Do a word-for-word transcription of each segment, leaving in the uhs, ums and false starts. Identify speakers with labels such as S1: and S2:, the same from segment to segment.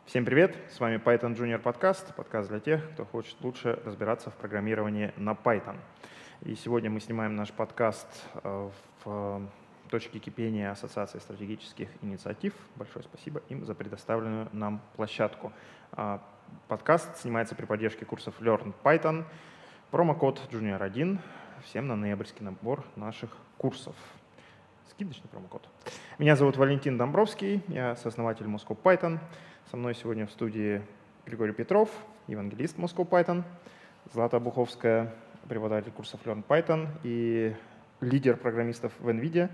S1: Всем привет! С вами Python Junior подкаст, подкаст для тех, кто хочет лучше разбираться в программировании на Python. И сегодня мы снимаем наш подкаст в точке кипения Ассоциации стратегических инициатив. Большое спасибо им за предоставленную нам площадку. Подкаст снимается при поддержке курсов Learn Python. Промокод джуниор один всем на ноябрьский набор наших курсов. Скидочный промокод. Меня зовут Валентин Домбровский, я сооснователь Moscow Python. Со мной сегодня в студии Григорий Петров, евангелист Moscow Python, Злата Буховская, преподаватель курсов Learn Python и лидер программистов в NVIDIA.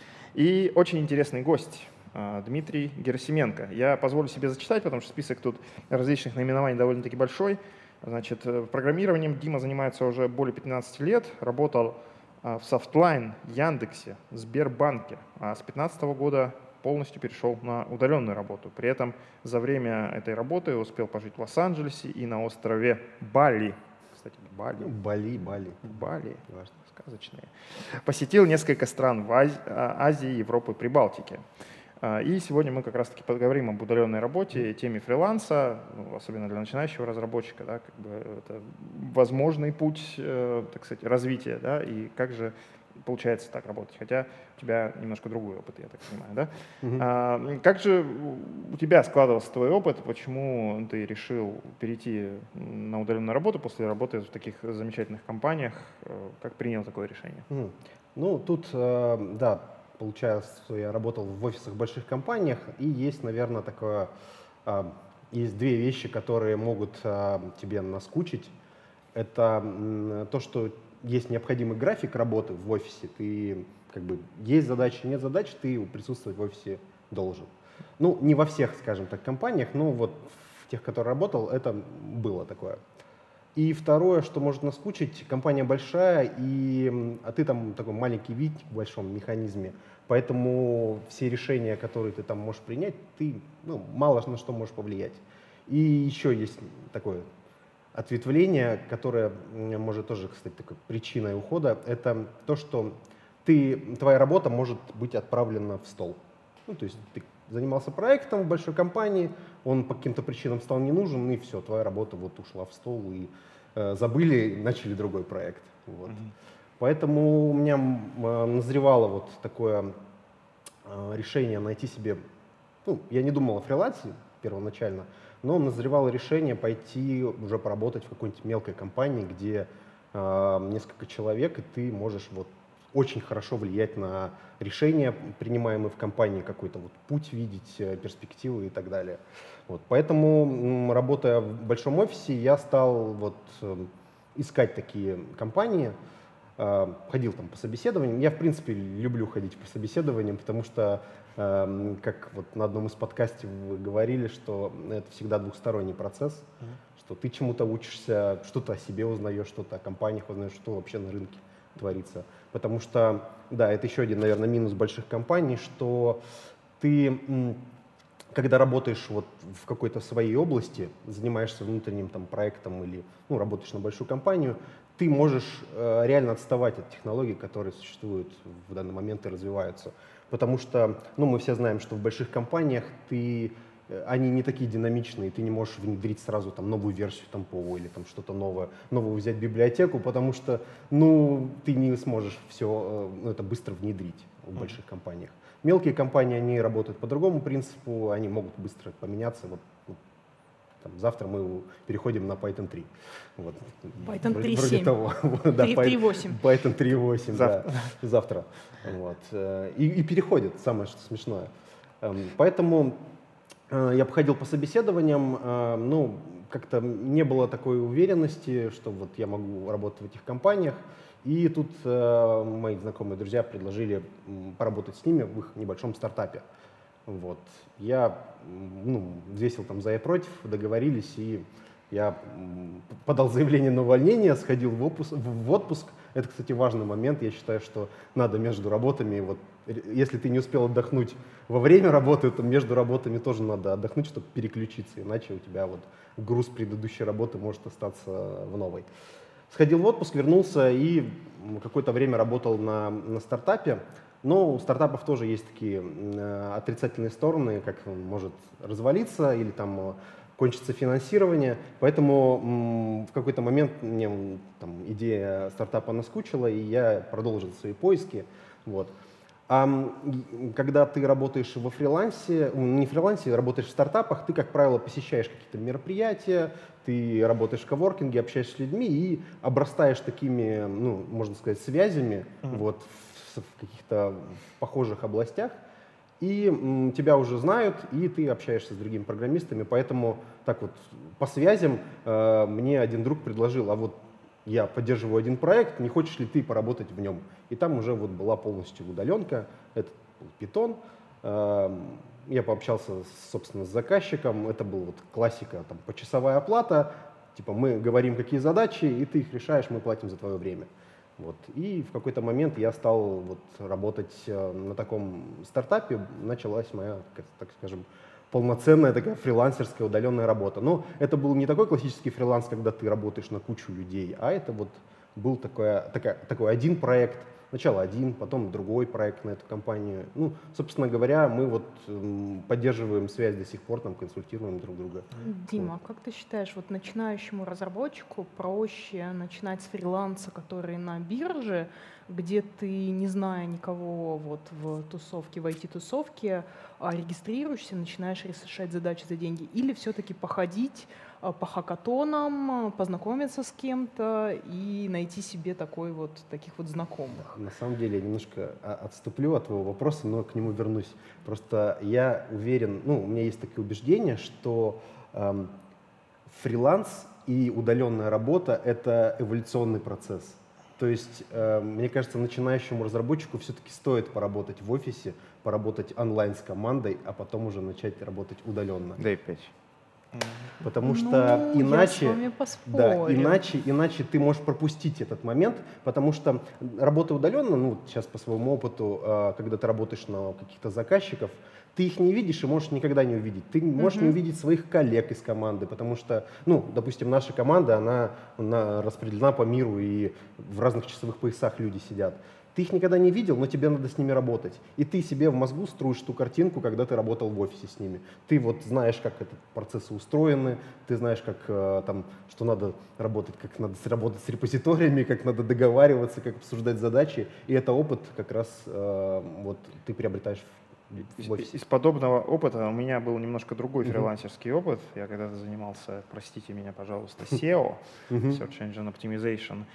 S1: И очень интересный гость Дмитрий Герасименко. Я позволю себе зачитать, потому что список тут различных наименований довольно-таки большой. Значит, программированием Дима занимается уже более пятнадцати лет, работал в Softline, Яндексе, Сбербанке, а с две тысячи пятнадцатого года полностью перешел на удаленную работу. При этом за время этой работы успел пожить в Лос-Анджелесе и на острове Бали. Кстати, Бали.
S2: Бали, Бали.
S1: Бали. Важно, сказочные. Посетил несколько стран в Азии, Азии, Европы, Прибалтики. И сегодня мы как раз-таки поговорим об удаленной работе, теме фриланса, ну, особенно для начинающего разработчика, да, как бы это возможный путь, э, так сказать, развития, да, и как же получается так работать, хотя у тебя немножко другой опыт, я так понимаю, да? Mm-hmm. А, как же у тебя складывался твой опыт, почему ты решил перейти на удаленную работу после работы в таких замечательных компаниях, как принял такое решение?
S2: Mm-hmm. Ну, тут, э, да, получается, что я работал в офисах больших компаниях, и есть, наверное, такое, э, есть две вещи, которые могут э, тебе наскучить. Это э, то, что есть необходимый график работы в офисе, ты как бы есть задачи, нет задач, ты присутствовать в офисе должен. Ну, не во всех, скажем так, компаниях, но вот в тех, которые работал, это было такое. И второе, что может наскучить, компания большая, и, а ты там такой маленький винтик в большом механизме, поэтому все решения, которые ты там можешь принять, ты ну, мало на что можешь повлиять. И еще есть такое ответвление, которое может тоже, кстати, такой причиной ухода, это то, что ты, твоя работа может быть отправлена в стол. Ну, то есть ты занимался проектом в большой компании, он по каким-то причинам стал не нужен, и все, твоя работа вот ушла в стол, и э, забыли, начали другой проект. Вот. Mm-hmm. Поэтому у меня э, назревало вот такое э, решение найти себе, ну, я не думал о фрилансе первоначально, но назревало решение пойти уже поработать в какой-нибудь мелкой компании, где э, несколько человек, и ты можешь вот очень хорошо влиять на решения, принимаемые в компании, какой-то вот путь видеть, перспективы и так далее. Вот. Поэтому, работая в большом офисе, я стал вот искать такие компании, ходил там по собеседованиям. Я, в принципе, люблю ходить по собеседованиям, потому что, как вот на одном из подкастов вы говорили, что это всегда двухсторонний процесс, mm-hmm. что ты чему-то учишься, что-то о себе узнаешь, что-то о компаниях узнаешь, что вообще на рынке творится. Потому что, да, это еще один, наверное, минус больших компаний, что ты, когда работаешь вот в какой-то своей области, занимаешься внутренним там проектом или ну, работаешь на большую компанию, ты можешь э, реально отставать от технологий, которые существуют в данный момент и развиваются. Потому что, ну, мы все знаем, что в больших компаниях ты они не такие динамичные, ты не можешь внедрить сразу там новую версию там, ПО или там что-то новое, новую взять библиотеку, потому что ну, ты не сможешь все ну, это быстро внедрить в mm-hmm. больших компаниях. Мелкие компании, они работают по другому принципу, они могут быстро поменяться. Вот, вот, там, завтра мы переходим на Python три. Вот.
S3: Python три точка семь.
S2: три точка восемь. Python три точка восемь, да, завтра. Вот. И, и переходит, самое что смешное. Поэтому я походил по собеседованиям, ну, как-то не было такой уверенности, что вот я могу работать в этих компаниях. И тут э, мои знакомые друзья предложили поработать с ними в их небольшом стартапе. Вот. Я ну, взвесил там за и против, договорились, и я подал заявление на увольнение, сходил в отпуск, в отпуск. Это, кстати, важный момент. Я считаю, что надо между работами, вот, если ты не успел отдохнуть во время работы, то между работами тоже надо отдохнуть, чтобы переключиться, иначе у тебя вот груз предыдущей работы может остаться в новой. Сходил в отпуск, вернулся и какое-то время работал на, на стартапе. Но у стартапов тоже есть такие отрицательные стороны, как он может развалиться или там кончится финансирование. Поэтому в какой-то момент мне там, идея стартапа наскучила, и я продолжил свои поиски. Вот. А когда ты работаешь во фрилансе, не фрилансе, работаешь в стартапах, ты, как правило, посещаешь какие-то мероприятия, ты работаешь в коворкинге, общаешься с людьми и обрастаешь такими, ну, можно сказать, связями mm-hmm. вот, в, в каких-то похожих областях, и м, тебя уже знают, и ты общаешься с другими программистами. Поэтому так вот по связям э, мне один друг предложил, а вот я поддерживаю один проект, не хочешь ли ты поработать в нем? И там уже вот была полностью удаленка, это был Python. Я пообщался, собственно, с заказчиком, это была вот классика, там, почасовая оплата, типа мы говорим, какие задачи, и ты их решаешь, мы платим за твое время. Вот. И в какой-то момент я стал вот работать на таком стартапе, началась моя, так скажем, полноценная такая фрилансерская удаленная работа. Но это был не такой классический фриланс, когда ты работаешь на кучу людей, а это вот был такой, такой, такой один проект, сначала один, потом другой проект на эту компанию. Ну, собственно говоря, мы вот м, поддерживаем связь до сих пор, там, консультируем друг друга.
S3: Дима, вот. Как ты считаешь, вот начинающему разработчику проще начинать с фриланса, который на бирже, где ты, не зная никого вот в тусовке, в ай ти-тусовке, регистрируешься, начинаешь решать задачи за деньги, или все-таки походить по хакатонам, познакомиться с кем-то и найти себе такой вот, таких вот знакомых?
S2: На самом деле я немножко отступлю от твоего вопроса, но к нему вернусь. Просто я уверен, ну, у меня есть такое убеждение, что эм, фриланс и удаленная работа — это эволюционный процесс. То есть, э, мне кажется, начинающему разработчику все-таки стоит поработать в офисе, поработать онлайн с командой, а потом уже начать работать удаленно.
S1: дай пять.
S2: Потому что
S3: ну,
S2: иначе, да, иначе, иначе ты можешь пропустить этот момент, потому что работа удаленно, ну, сейчас по своему опыту, когда ты работаешь на каких-то заказчиков, ты их не видишь и можешь никогда не увидеть. Ты можешь uh-huh. не увидеть своих коллег из команды, потому что, ну, допустим, наша команда, она, она распределена по миру, и в разных часовых поясах люди сидят. Ты их никогда не видел, но тебе надо с ними работать. И ты себе в мозгу строишь ту картинку, когда ты работал в офисе с ними. Ты вот знаешь, как этот процессы устроены, ты знаешь, как, э, там, что надо работать, как надо работать с репозиториями, как надо договариваться, как обсуждать задачи. И это опыт как раз э, вот, ты приобретаешь в офисе.
S1: Из, из подобного опыта у меня был немножко другой фрилансерский uh-huh. опыт. Я когда-то занимался, простите меня, пожалуйста, сео, uh-huh. Search Engine Optimization.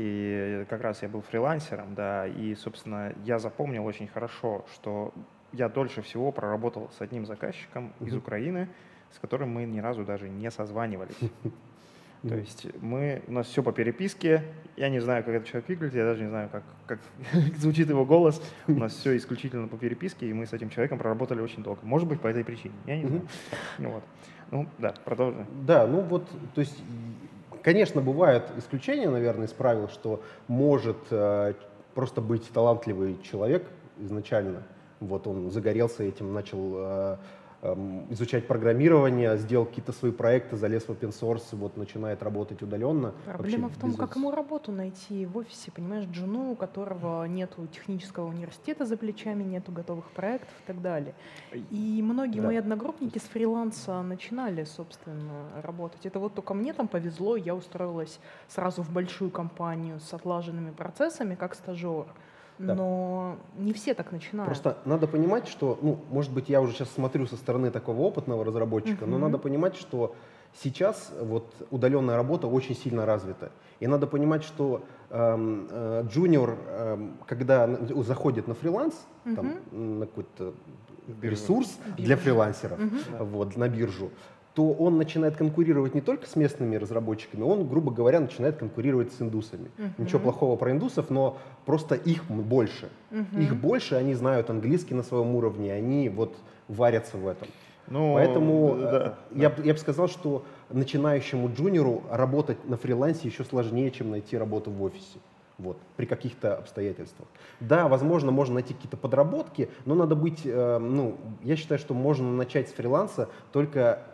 S1: И как раз я был фрилансером, да, и, собственно, я запомнил очень хорошо, что я дольше всего проработал с одним заказчиком uh-huh. из Украины, с которым мы ни разу даже не созванивались. Uh-huh. То есть мы, у нас все по переписке, я не знаю, как этот человек выглядит, я даже не знаю, как, как звучит его голос, у нас все исключительно по переписке, и мы с этим человеком проработали очень долго. Может быть, по этой причине, я не знаю. Uh-huh. Вот. Ну, да, продолжим.
S2: Да, ну вот, то есть, конечно, бывают исключения, наверное, из правил, что может э, просто быть талантливый человек изначально, вот он загорелся этим, начал э, изучать программирование, сделал какие-то свои проекты, залез в open source, вот начинает работать удаленно.
S3: Проблема в том, без... как ему работу найти в офисе, понимаешь, джуну, у которого нету технического университета за плечами, нету готовых проектов и так далее. И многие да. мои одногруппники с фриланса начинали, собственно, работать. Это вот только мне там повезло, я устроилась сразу в большую компанию с отлаженными процессами, как стажер. Да. Но не все так начинают.
S2: Просто надо понимать, что, ну, может быть, я уже сейчас смотрю со стороны такого опытного разработчика, uh-huh. но надо понимать, что сейчас вот удаленная работа очень сильно развита. И надо понимать, что эм, э, джуниор, эм, когда заходит на фриланс, uh-huh. там, на какой-то ресурс Биржа. Для фрилансеров, uh-huh. вот, на биржу, то он начинает конкурировать не только с местными разработчиками, он, грубо говоря, начинает конкурировать с индусами. Uh-huh. Ничего плохого про индусов, но просто их больше. Uh-huh. Их больше, они знают английский на своем уровне, они вот варятся в этом. Ну, Поэтому да, да, я, да. я бы сказал, что начинающему джуниору работать на фрилансе еще сложнее, чем найти работу в офисе. Вот, при каких-то обстоятельствах. Да, возможно, можно найти какие-то подработки, но надо быть, э, ну, я считаю, что можно начать с фриланса только как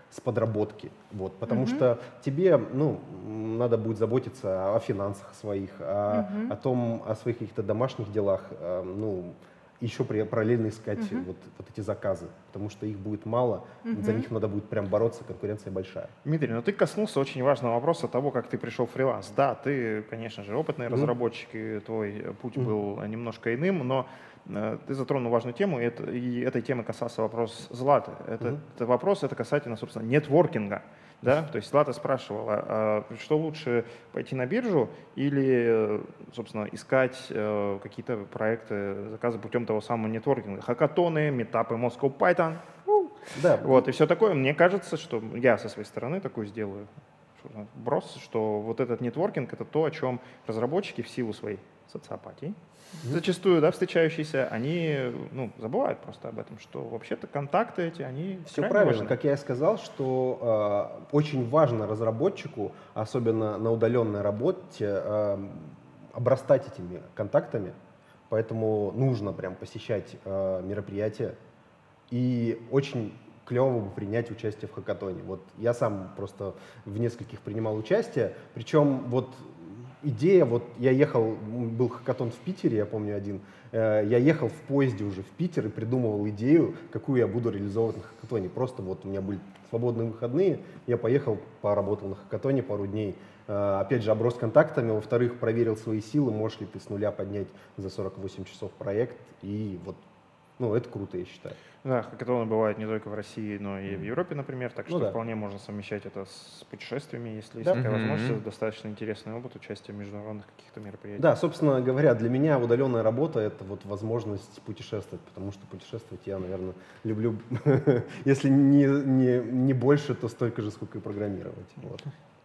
S2: с подработки, вот, потому
S3: Мгм.
S2: что тебе, ну, надо будет заботиться о финансах своих, о,
S3: Мгм.
S2: о том, о своих каких-то домашних делах, э, ну, еще при- параллельно искать
S3: Мгм.
S2: вот, вот эти заказы, потому что их будет мало, за
S3: Мгм.
S2: них надо будет прям бороться, конкуренция большая.
S1: Дмитрий, ну ты коснулся очень важного вопроса того, как ты пришел в фриланс. Да, ты, конечно же, опытный
S2: Мгм.
S1: разработчик, и твой э, путь
S2: Мгм.
S1: был немножко иным, но э, ты затронул важную тему, и, это, и этой темы касался вопрос Златы. Это,
S2: Мгм.
S1: это вопрос, это касательно, собственно, нетворкинга. Да? То есть Злата спрашивала, а что лучше, пойти на биржу или, э, собственно, искать э, какие-то проекты, заказы путем того самого нетворкинга. Хакатоны, метапы Moscow Python.
S2: Да,
S1: Вот, и все такое. Мне кажется, что я со своей стороны такой сделаю брос, что вот этот нетворкинг — это то, о чем разработчики в силу своей социопатии, зачастую, да, встречающиеся, они, ну, забывают просто об этом, что вообще-то контакты эти, они
S2: все
S1: крайне
S2: правильно.
S1: важны.
S2: Как я и сказал, что э, очень важно разработчику, особенно на удаленной работе, э, обрастать этими контактами, поэтому нужно прям посещать э, мероприятия и очень клево бы принять участие в хакатоне. Вот я сам просто в нескольких принимал участие, причем вот идея, вот я ехал, был хакатон в Питере, я помню один, э, я ехал в поезде уже в Питер и придумывал идею, какую я буду реализовывать на хакатоне. Просто вот у меня были свободные выходные, я поехал, поработал на хакатоне пару дней, э, опять же оброс контактами, во-вторых, проверил свои силы, можешь ли ты с нуля поднять за сорок восемь часов проект, и вот, ну, это круто, я считаю.
S1: Да, хакатоны бывают не только в России, но и в Европе, например, так
S2: Ну
S1: что
S2: да.
S1: вполне можно совмещать это с путешествиями, если есть
S2: Да.
S1: такая
S4: Мгм.
S1: возможность. Это достаточно интересный опыт участия в международных каких-то мероприятиях.
S2: Да, собственно говоря, для меня удаленная работа — это вот возможность путешествовать, потому что путешествовать я, наверное, люблю, если не, не, не больше, то столько же, сколько и программировать. Вот.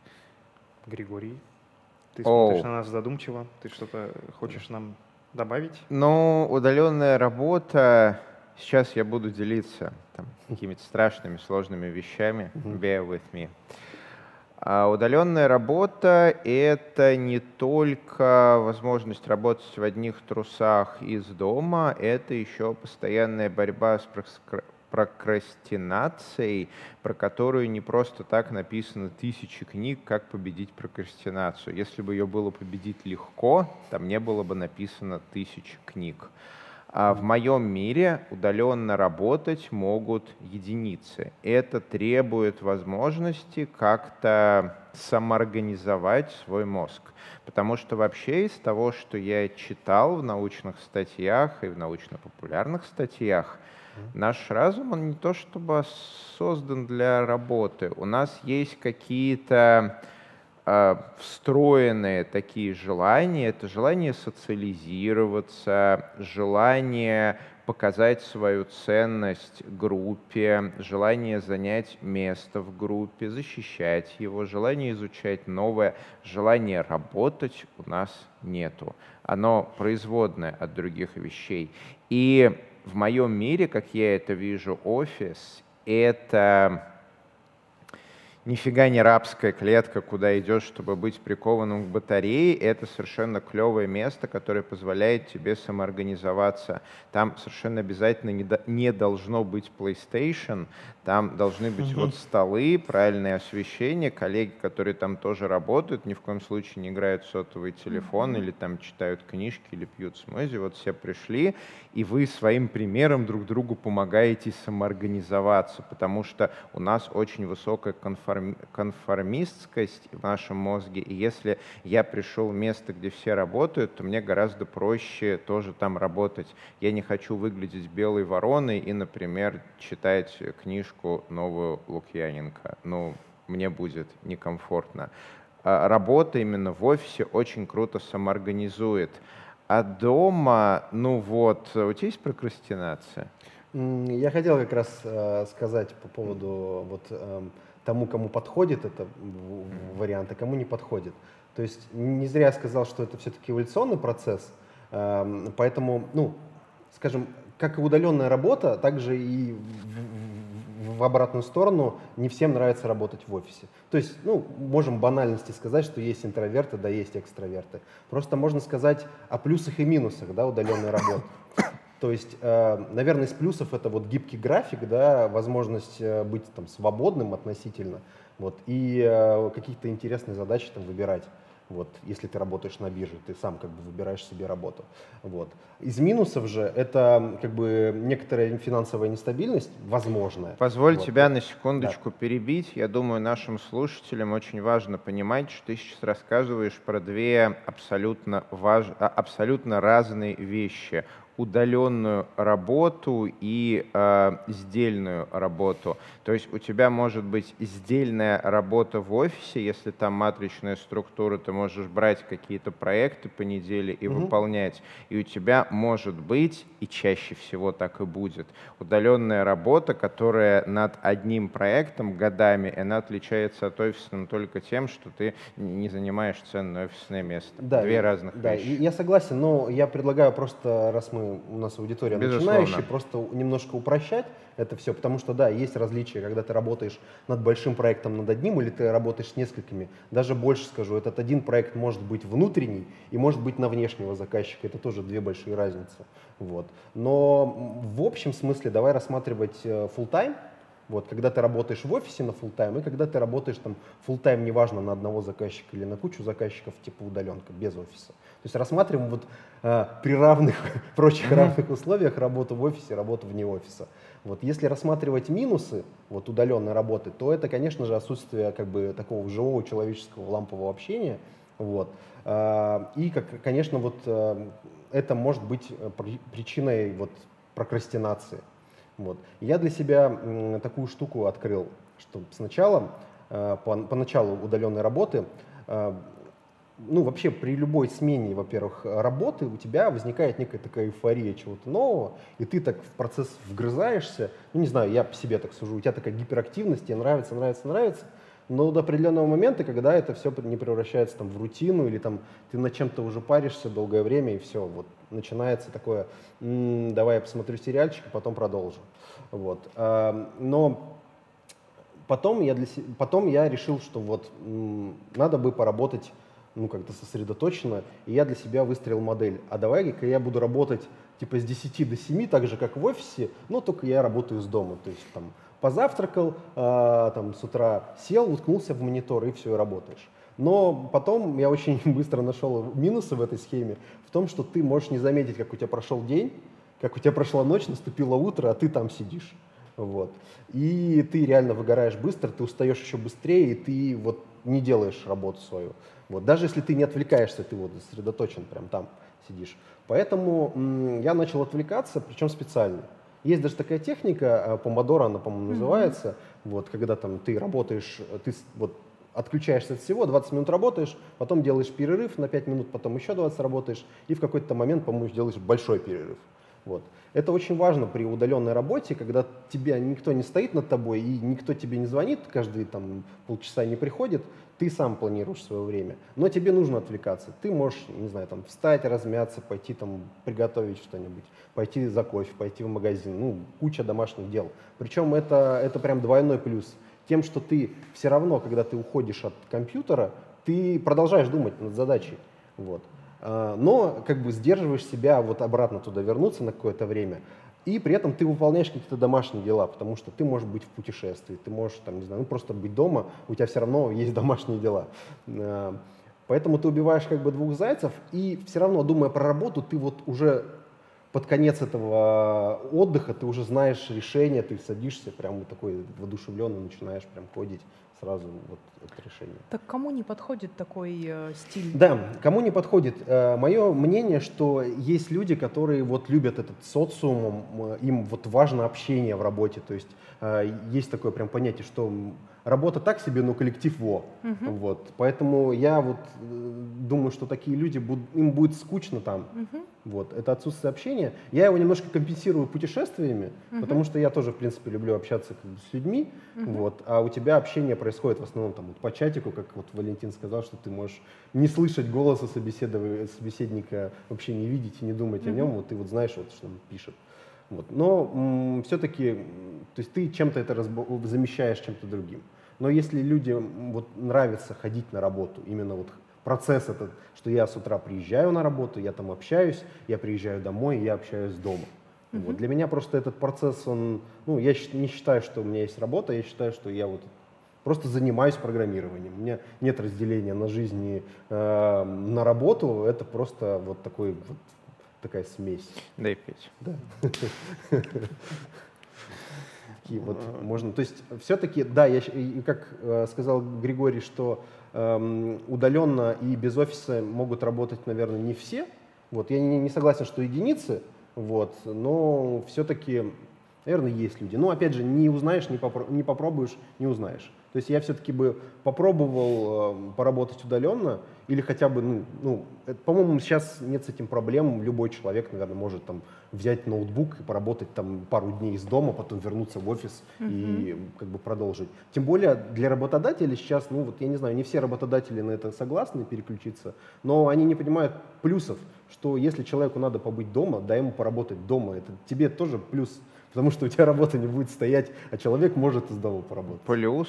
S1: Григорий, ты
S4: Оу.
S1: смотришь на нас задумчиво, ты что-то хочешь нам добавить?
S4: Ну, удаленная работа, сейчас я буду делиться там, какими-то страшными, сложными вещами.
S2: Мгм.
S4: Bear with me. А удаленная работа — это не только возможность работать в одних трусах из дома, это еще постоянная борьба с проскра- прокрастинацией, про которую не просто так написано тысячи книг, как победить прокрастинацию. Если бы ее было победить легко, там не было бы написано тысяч книг. А в моем мире удаленно работать могут единицы. Это требует возможности как-то самоорганизовать свой мозг. Потому что вообще из того, что я читал в научных статьях и в научно-популярных статьях, наш разум, он не то чтобы создан для работы. У нас есть какие-то э, встроенные такие желания. Это желание социализироваться, желание показать свою ценность группе, желание занять место в группе, защищать его, желание изучать новое, желание работать у нас нету. Оно производное от других вещей. И в моем мире, как я это вижу, офис — это нифига не рабская клетка, куда идешь, чтобы быть прикованным к батарее. Это совершенно клевое место, которое позволяет тебе самоорганизоваться. Там совершенно обязательно не, до, не должно быть PlayStation, там должны быть
S2: Мгм.
S4: вот столы, правильное освещение, коллеги, которые там тоже работают, ни в коем случае не играют в сотовый телефон
S3: Мгм.
S4: или там читают книжки или пьют смузи. Вот все пришли, и вы своим примером друг другу помогаете самоорганизоваться, потому что у нас очень высокая конформ... конформистскость в нашем мозге, и если я пришел в место, где все работают, то мне гораздо проще тоже там работать. Я не хочу выглядеть белой вороной и, например, читать книжку новую Лукьяненко. Ну, мне будет некомфортно. А работа именно в офисе очень круто самоорганизует. А дома, ну вот, у тебя есть прокрастинация?
S2: М, Я хотел как раз э, сказать по поводу вот эм, тому, кому подходит это в- в- вариант, а кому не подходит. То есть не зря я сказал, что это все-таки эволюционный процесс, эм, поэтому, ну, скажем, как и удаленная работа, также и в, в- в обратную сторону не всем нравится работать в офисе. То есть, ну, можем банальности сказать, что есть интроверты, да, есть экстраверты. Просто можно сказать о плюсах и минусах, да, удаленной работы. То есть, э, наверное, из плюсов это вот гибкий график, да, возможность э, быть там свободным относительно, вот, и э, какие-то интересные задачи там выбирать. Вот, если ты работаешь на бирже, ты сам как бы выбираешь себе работу. Вот. Из минусов же это как бы некоторая финансовая нестабильность, возможная.
S4: Позволь
S2: вот.
S4: тебя на секундочку
S2: Да.
S4: перебить. Я думаю, нашим слушателям очень важно понимать, что ты сейчас рассказываешь про две абсолютно, важ... абсолютно разные вещи. Удаленную работу и э, сдельную работу. То есть у тебя может быть сдельная работа в офисе, если там матричная структура, ты можешь брать какие-то проекты по неделе и
S2: Мгм.
S4: выполнять. И у тебя может быть, и чаще всего так и будет, удаленная работа, которая над одним проектом годами, она отличается от офисного только тем, что ты не занимаешь ценное офисное место.
S2: Да,
S4: Две
S2: и-
S4: разных
S2: да,
S4: вещи.
S2: и я согласен, но я предлагаю просто, раз мы, у нас аудитория
S4: Безусловно.
S2: начинающая, просто немножко упрощать это все, потому что, да, есть различия, когда ты работаешь над большим проектом, над одним, или ты работаешь с несколькими. Даже больше скажу, этот один проект может быть внутренний и может быть на внешнего заказчика. Это тоже две большие разницы. Вот. Но в общем смысле давай рассматривать э, full-time, вот, когда ты работаешь в офисе на full-time, и когда ты работаешь там full-time, неважно, на одного заказчика или на кучу заказчиков, типа удаленка, без офиса. То есть рассматриваем вот э, при равных, прочих равных условиях работу в офисе, работу вне офиса. Вот, если рассматривать минусы вот, удаленной работы, то это, конечно же, отсутствие как бы такого живого человеческого лампового общения. Вот. Э, и, как, конечно, вот, э, это может быть при- причиной вот, прокрастинации. Вот. Я для себя м, такую штуку открыл, что сначала, э, по, по началу удаленной работы, э, ну, вообще при любой смене, во-первых, работы у тебя возникает некая такая эйфория чего-то нового, и ты так в процесс вгрызаешься, ну, не знаю, я по себе так сужу, у тебя такая гиперактивность, тебе нравится, нравится, нравится, но до определенного момента, когда это все не превращается там, в рутину, или там, ты над чем-то уже паришься долгое время, и все, вот, начинается такое, м-м, давай я посмотрю сериальчик, а потом продолжу. Вот. А, но потом я, для, се- потом я решил, что вот, м, надо бы поработать ну, как-то сосредоточенно, и я для себя выстроил модель. А давай-ка я буду работать типа с десяти до семи, так же, как в офисе, но только я работаю из дома. То есть там позавтракал, а, там, с утра сел, уткнулся в монитор, и все, и работаешь. Но потом я очень быстро нашел минусы в этой схеме, в том, что ты можешь не заметить, как у тебя прошел день, как у тебя прошла ночь, наступило утро, а ты там сидишь. Вот. И ты реально выгораешь быстро, ты устаешь еще быстрее, и ты вот не делаешь работу свою. Вот. Даже если ты не отвлекаешься, ты вот сосредоточен, прям там сидишь. Поэтому м, я начал отвлекаться, причем специально. Есть даже такая техника, помодоро она, по-моему, называется, mm-hmm. вот, когда там ты работаешь, ты с- вот, отключаешься от всего, двадцать минут работаешь, потом делаешь перерыв на пять минут, потом еще двадцать работаешь, и в какой-то момент, по-моему, делаешь большой перерыв. Вот. Это очень важно при удаленной работе, когда тебя никто не стоит над тобой и никто тебе не звонит, каждые там, полчаса не приходит, ты сам планируешь свое время. Но тебе нужно отвлекаться. Ты можешь, не знаю, там, встать, размяться, пойти там, приготовить что-нибудь, пойти за кофе, пойти в магазин. Ну, куча домашних дел. Причем это, это прям двойной плюс. Тем, что ты все равно, когда ты уходишь от компьютера, ты продолжаешь думать над задачей. Вот. Но как бы сдерживаешь себя вот обратно туда вернуться на какое-то время, и при этом ты выполняешь какие-то домашние дела, потому что ты можешь быть в путешествии, ты можешь там, не знаю, ну, просто быть дома, у тебя все равно есть домашние дела. Поэтому ты убиваешь как бы двух зайцев, и все равно, думая про работу, ты вот уже под конец этого отдыха, ты уже знаешь решение, ты садишься прям вот такой воодушевленный, начинаешь прям кодить сразу вот это решение.
S3: Так кому не подходит такой э, стиль?
S2: Да, кому не подходит. Э, мое мнение, что есть люди, которые вот любят этот социум, э, им вот важно общение в работе. То есть э, есть такое прям понятие, что работа так себе, но коллектив во.
S3: Мгм.
S2: Вот. Поэтому я вот э, думаю, что такие люди, будут, им будет скучно там.
S3: Мгм.
S2: Вот. Это отсутствие общения. Я его немножко компенсирую путешествиями,
S3: Мгм.
S2: потому что я тоже, в принципе, люблю общаться как бы с людьми.
S3: Мгм.
S2: Вот. А у тебя общение происходит в основном там, вот, по чатику, как вот Валентин сказал, что ты можешь не слышать голоса собеседов- собеседника, вообще не видеть и не думать
S3: Мгм.
S2: о нем. Вот ты вот знаешь, вот, что он пишет. Вот. Но все-таки, то есть ты чем-то это разбо- замещаешь чем-то другим. Но если людям вот нравится ходить на работу, именно вот процесс этот, что я с утра приезжаю на работу, я там общаюсь, я приезжаю домой, я общаюсь дома.
S3: Мгм.
S2: Вот. Для меня просто этот процесс, он, ну, я щ- не считаю, что у меня есть работа, я считаю, что я вот просто занимаюсь программированием. У меня нет разделения на жизнь и э, на работу, это просто вот такой вот такая смесь.
S4: Дай пять.
S2: Да. Такие вот можно, то есть все-таки, да, я, щ- и как э, сказал Григорий, что эм, удаленно и без офиса могут работать, наверное, не все. Вот, я не, не согласен, что единицы, вот, но все-таки, наверное, есть люди. Но, опять же, не узнаешь, не, попро- не попробуешь, не узнаешь. То есть я все-таки бы попробовал э, поработать удаленно или хотя бы, ну, ну это, по-моему, сейчас нет с этим проблем. Любой человек, наверное, может там взять ноутбук и поработать там пару дней из дома, потом вернуться в офис и как бы продолжить. Тем более для работодателей сейчас, ну вот я не знаю, не все работодатели на это согласны переключиться, но они не понимают плюсов, что если человеку надо побыть дома, дай ему поработать дома. Это тебе тоже плюс, потому что у тебя работа не будет стоять, а человек может из дома поработать.
S4: Плюс.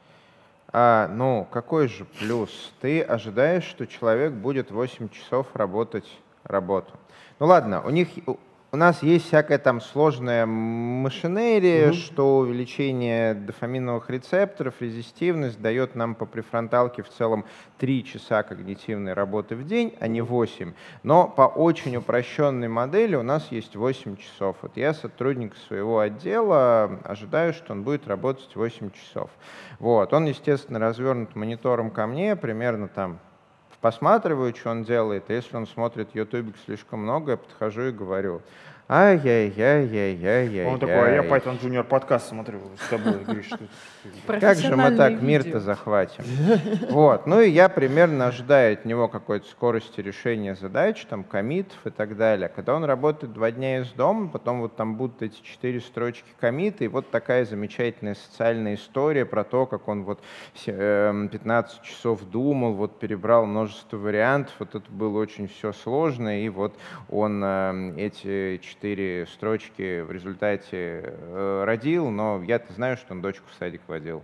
S4: А, ну, какой же плюс? Ты ожидаешь, что человек будет восемь часов работать работу. Ну ладно, у них, у, у нас есть всякая там сложная машинерия,
S2: Мгм.
S4: что увеличение дофаминовых рецепторов, резистивность дает нам по префронталке в целом три часа когнитивной работы в день, а не восемь. Но по очень упрощенной модели у нас есть восемь часов. Вот я сотрудник своего отдела, ожидаю, что он будет работать восемь часов. Вот. Он, естественно, развернут монитором ко мне, примерно там посматриваю, что он делает. И если он смотрит ютубик слишком много, я подхожу и говорю: ай-яй-яй-яй-яй-яй.
S1: Он такой, а я Python Junior подкаст смотрю с тобой, говоришь, что это...
S4: Как же мы так
S3: Профессиональные
S4: мир-то
S3: видео.
S4: захватим? Вот. Ну и я примерно ожидаю от него какой-то скорости решения задач, там, коммитов и так далее. Когда он работает два дня из дома, потом вот там будут эти четыре строчки коммита, и вот такая замечательная социальная история про то, как он вот э, пятнадцать часов думал, вот перебрал множество вариантов, вот это было очень все сложно, и вот он э, эти четыре строчки в результате э, родил, но я-то знаю, что он дочку в садик водил.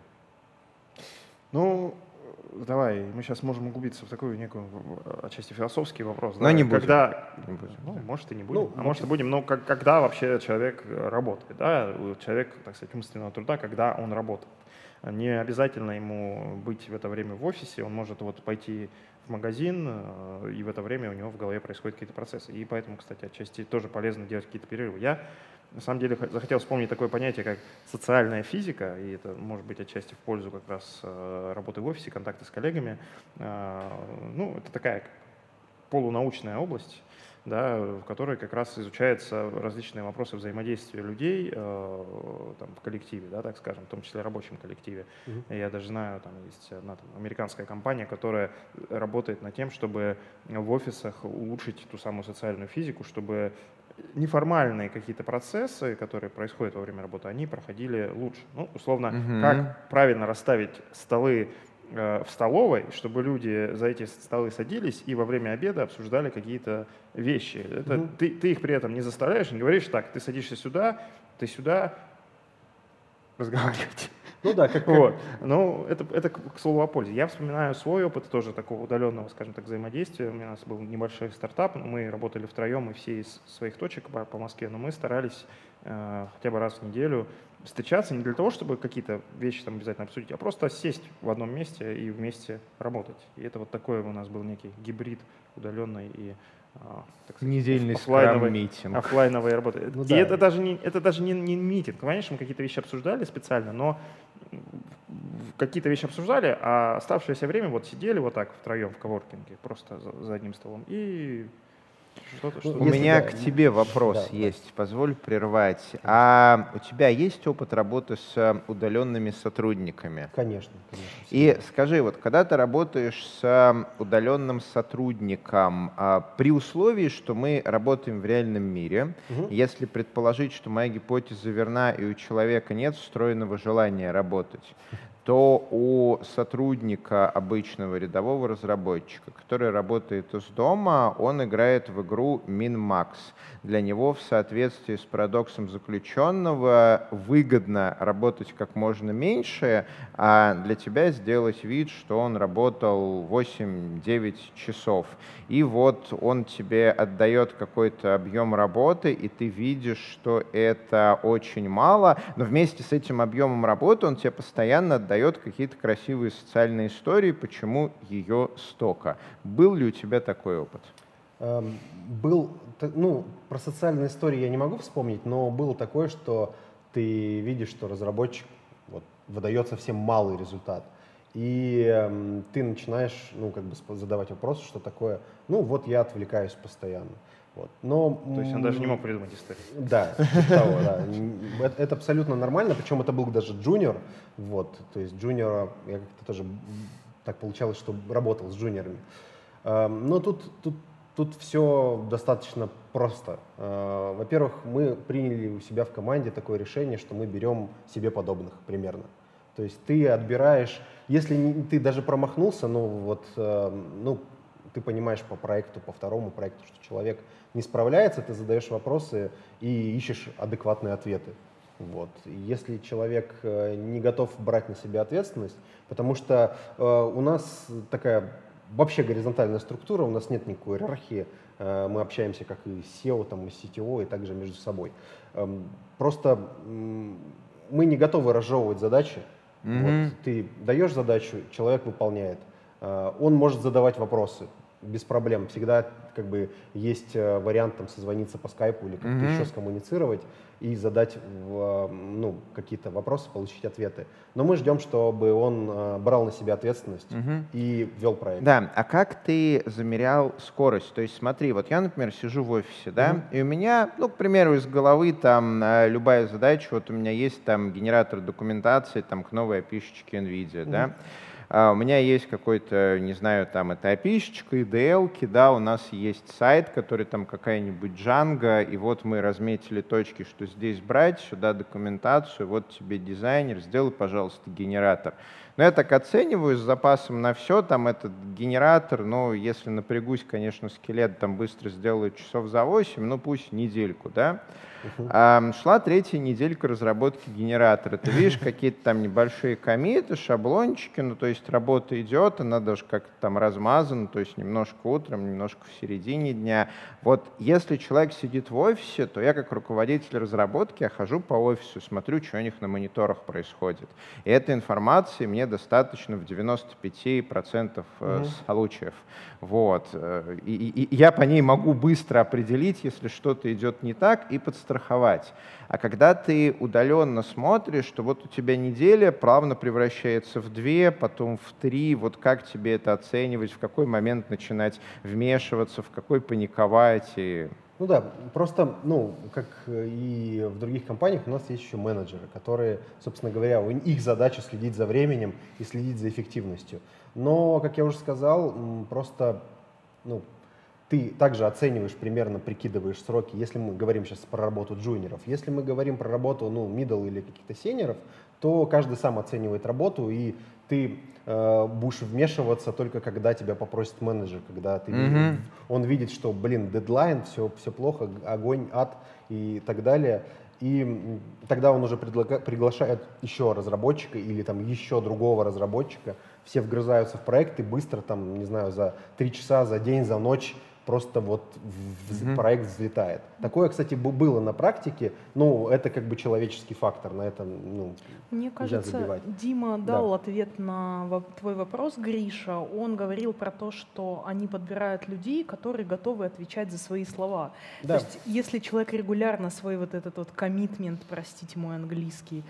S1: Ну, давай, мы сейчас можем углубиться в такую некую, отчасти философский вопрос.
S4: Но
S1: да,
S4: не будем.
S1: Когда,
S4: Не будем.
S1: ну, может и не будем,
S2: Ну,
S1: а может и будем, но как, когда вообще человек работает, да, человек, так сказать, умственного труда, когда он работает. Не обязательно ему быть в это время в офисе, он может вот пойти в магазин, и в это время у него в голове происходят какие-то процессы. И поэтому, кстати, отчасти тоже полезно делать какие-то перерывы. Я, на самом деле, захотел вспомнить такое понятие, как социальная физика, и это может быть отчасти в пользу как раз работы в офисе, контакта с коллегами. Ну, это такая полунаучная область, да, в которой как раз изучаются различные вопросы взаимодействия людей э, там, в коллективе, да, так скажем, в том числе рабочем коллективе.
S2: Мгм.
S1: Я даже знаю, там есть одна там, американская компания, которая работает над тем, чтобы в офисах улучшить ту самую социальную физику, чтобы неформальные какие-то процессы, которые происходят во время работы, они проходили лучше. Ну, условно,
S4: Мгм.
S1: как правильно расставить столы в столовой, чтобы люди за эти столы садились и во время обеда обсуждали какие-то вещи. Это,
S2: Мгм.
S1: ты, ты их при этом не заставляешь, не говоришь так, ты садишься сюда, ты сюда, разговаривать.
S2: Ну да, как, как-
S1: Вот. Ну, это, это к к слову о пользе. Я вспоминаю свой опыт тоже такого удаленного, скажем так, взаимодействия. У нас был небольшой стартап, мы работали втроем, и все из своих точек по, по Москве, но мы старались э, хотя бы раз в неделю встречаться не для того, чтобы какие-то вещи там обязательно обсудить, а просто сесть в одном месте и вместе работать. И это вот такой у нас был некий гибрид удаленный и а, так сказать,
S4: Недельный
S1: оффлайновой-
S4: скрам-митинг.
S1: оффлайновой работы.
S2: Ну
S1: и
S2: да.
S1: это даже, не, это даже не, не митинг. Конечно, мы какие-то вещи обсуждали специально, но в- какие-то вещи обсуждали, а оставшееся время вот сидели вот так втроем в коворкинге, просто за, за одним столом, и что-то,
S2: Ну,
S1: что
S4: У
S2: Если
S4: меня
S2: да,
S4: к
S2: ну,
S4: тебе вопрос
S2: да, да.
S4: есть, позволь прервать. А у тебя есть опыт работы с э, удаленными сотрудниками?
S2: Конечно, конечно.
S4: И скажи, вот когда ты работаешь с э, удаленным сотрудником, а, при условии, что мы работаем в реальном мире,
S2: Мгм.
S4: если предположить, что моя гипотеза верна и у человека нет встроенного желания работать, то у сотрудника, обычного рядового разработчика, который работает из дома, он играет в игру min-max. Для него в соответствии с парадоксом заключенного выгодно работать как можно меньше, а для тебя сделать вид, что он работал восемь-девять часов. И вот он тебе отдает какой-то объем работы, и ты видишь, что это очень мало, но вместе с этим объемом работы он тебе постоянно отдает какие-то красивые социальные истории, почему ее столько. Был ли у тебя такой опыт?
S2: Эм, Был, ну, про социальные истории я не могу вспомнить, но было такое, что ты видишь, что разработчик вот, выдает совсем малый результат. И эм, ты начинаешь, ну, как бы задавать вопросы, что такое, ну, вот я отвлекаюсь постоянно. Вот. Но,
S1: То есть он даже не мог придумать историю.
S2: Да, типа того, да. Это, это абсолютно нормально, причем это был даже джуниор. Вот, то есть джуниора, я как-то тоже так получалось, что работал с джуниорами. Эм, Но тут, тут, тут все достаточно просто. Э, Во-первых, мы приняли у себя в команде такое решение, что мы берем себе подобных примерно. То есть ты отбираешь, если не, ты даже промахнулся, ну вот, э, ну, ты понимаешь по проекту, по второму проекту, что человек не справляется, ты задаешь вопросы и ищешь адекватные ответы. Вот. И если человек э, не готов брать на себя ответственность, потому что э, у нас такая вообще горизонтальная структура, у нас нет никакой иерархии, э, мы общаемся как и с сео, там, и с си ти о, и также между собой. Эм, просто м, мы не готовы разжевывать задачи. Mm-hmm. Вот, ты даешь задачу, человек выполняет. Э, он может задавать вопросы без проблем. Всегда как бы есть э, вариант там созвониться по скайпу или как-то mm-hmm. еще скоммуницировать и задать в, ну, какие-то вопросы, получить ответы. Но мы ждем, чтобы он э, брал на себя ответственность mm-hmm. и вел проект.
S4: Да, а как ты замерял скорость? То есть смотри, вот я, например, сижу в офисе, да, mm-hmm. и у меня, ну, к примеру, из головы там любая задача, вот у меня есть там генератор документации там к новой эй пи ай-шечке NVIDIA, mm-hmm. да, Uh, у меня есть какой-то, не знаю, там это эй пи ай-шечка, ай ди эл-ки, да, у нас есть сайт, который там какая-нибудь Django, и вот мы разметили точки, что здесь брать, сюда документацию, вот тебе дизайнер, сделай, пожалуйста, генератор. Но я так оцениваю с запасом на все, там этот генератор, ну, если напрягусь, конечно, скелет там быстро сделаю часов за восемь, ну, пусть недельку, да. Uh-huh. А, шла третья неделька разработки генератора. Ты видишь какие-то там небольшие коммиты, шаблончики, ну, то есть работа идет, она даже как-то там размазана, то есть немножко утром, немножко в середине дня. Вот если человек сидит в офисе, то я как руководитель разработки, я хожу по офису, смотрю, что у них на мониторах происходит. И этой информации мне достаточно в девяноста пяти процентах uh-huh. случаев. Вот. И, и, и я по ней могу быстро определить, если что-то идет не так, и подстраховать. А когда ты удаленно смотришь, что вот у тебя неделя плавно превращается в две, потом в три, вот как тебе это оценивать, в какой момент начинать вмешиваться, в какой паниковать? И...
S2: Ну да, просто, ну, как и в других компаниях, у нас есть еще менеджеры, которые, собственно говоря, их задача следить за временем и следить за эффективностью. Но, как я уже сказал, просто, ну, ты также оцениваешь, примерно прикидываешь сроки, если мы говорим сейчас про работу джуниоров. Если мы говорим про работу, ну, middle или каких-то сеньоров, то каждый сам оценивает работу, и ты э, будешь вмешиваться только когда тебя попросит менеджер, когда ты, mm-hmm. он видит, что, блин, дедлайн, все, все плохо, огонь, ад и так далее. И тогда он уже предлага, приглашает еще разработчика или там еще другого разработчика, все вгрызаются в проект и быстро, там, не знаю, за три часа, за день, за ночь просто вот в, mm-hmm. проект взлетает. Такое, кстати, было на практике, ну, это как бы человеческий фактор, на это, ну,
S3: мне кажется, Дима дал да. ответ на твой вопрос, Гриша. Он говорил про то, что они подбирают людей, которые готовы отвечать за свои слова. Да. То есть, если человек регулярно свой вот этот вот коммитмент, простите мой английский,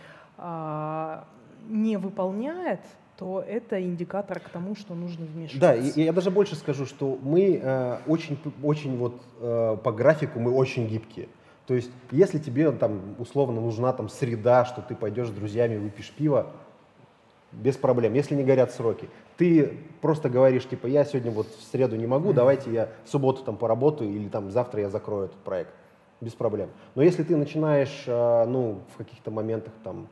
S3: не выполняет, то это индикатор к тому, что нужно вмешиваться.
S2: Да, и, и я даже больше скажу, что мы э, очень, очень вот э, по графику мы очень гибкие. То есть, если тебе там условно нужна там среда, что ты пойдешь с друзьями, выпьешь пиво, без проблем, если не горят сроки. Ты просто говоришь, типа, я сегодня вот в среду не могу, mm-hmm. давайте я в субботу там поработаю или там завтра я закрою этот проект. Без проблем. Но если ты начинаешь, э, ну, в каких-то моментах там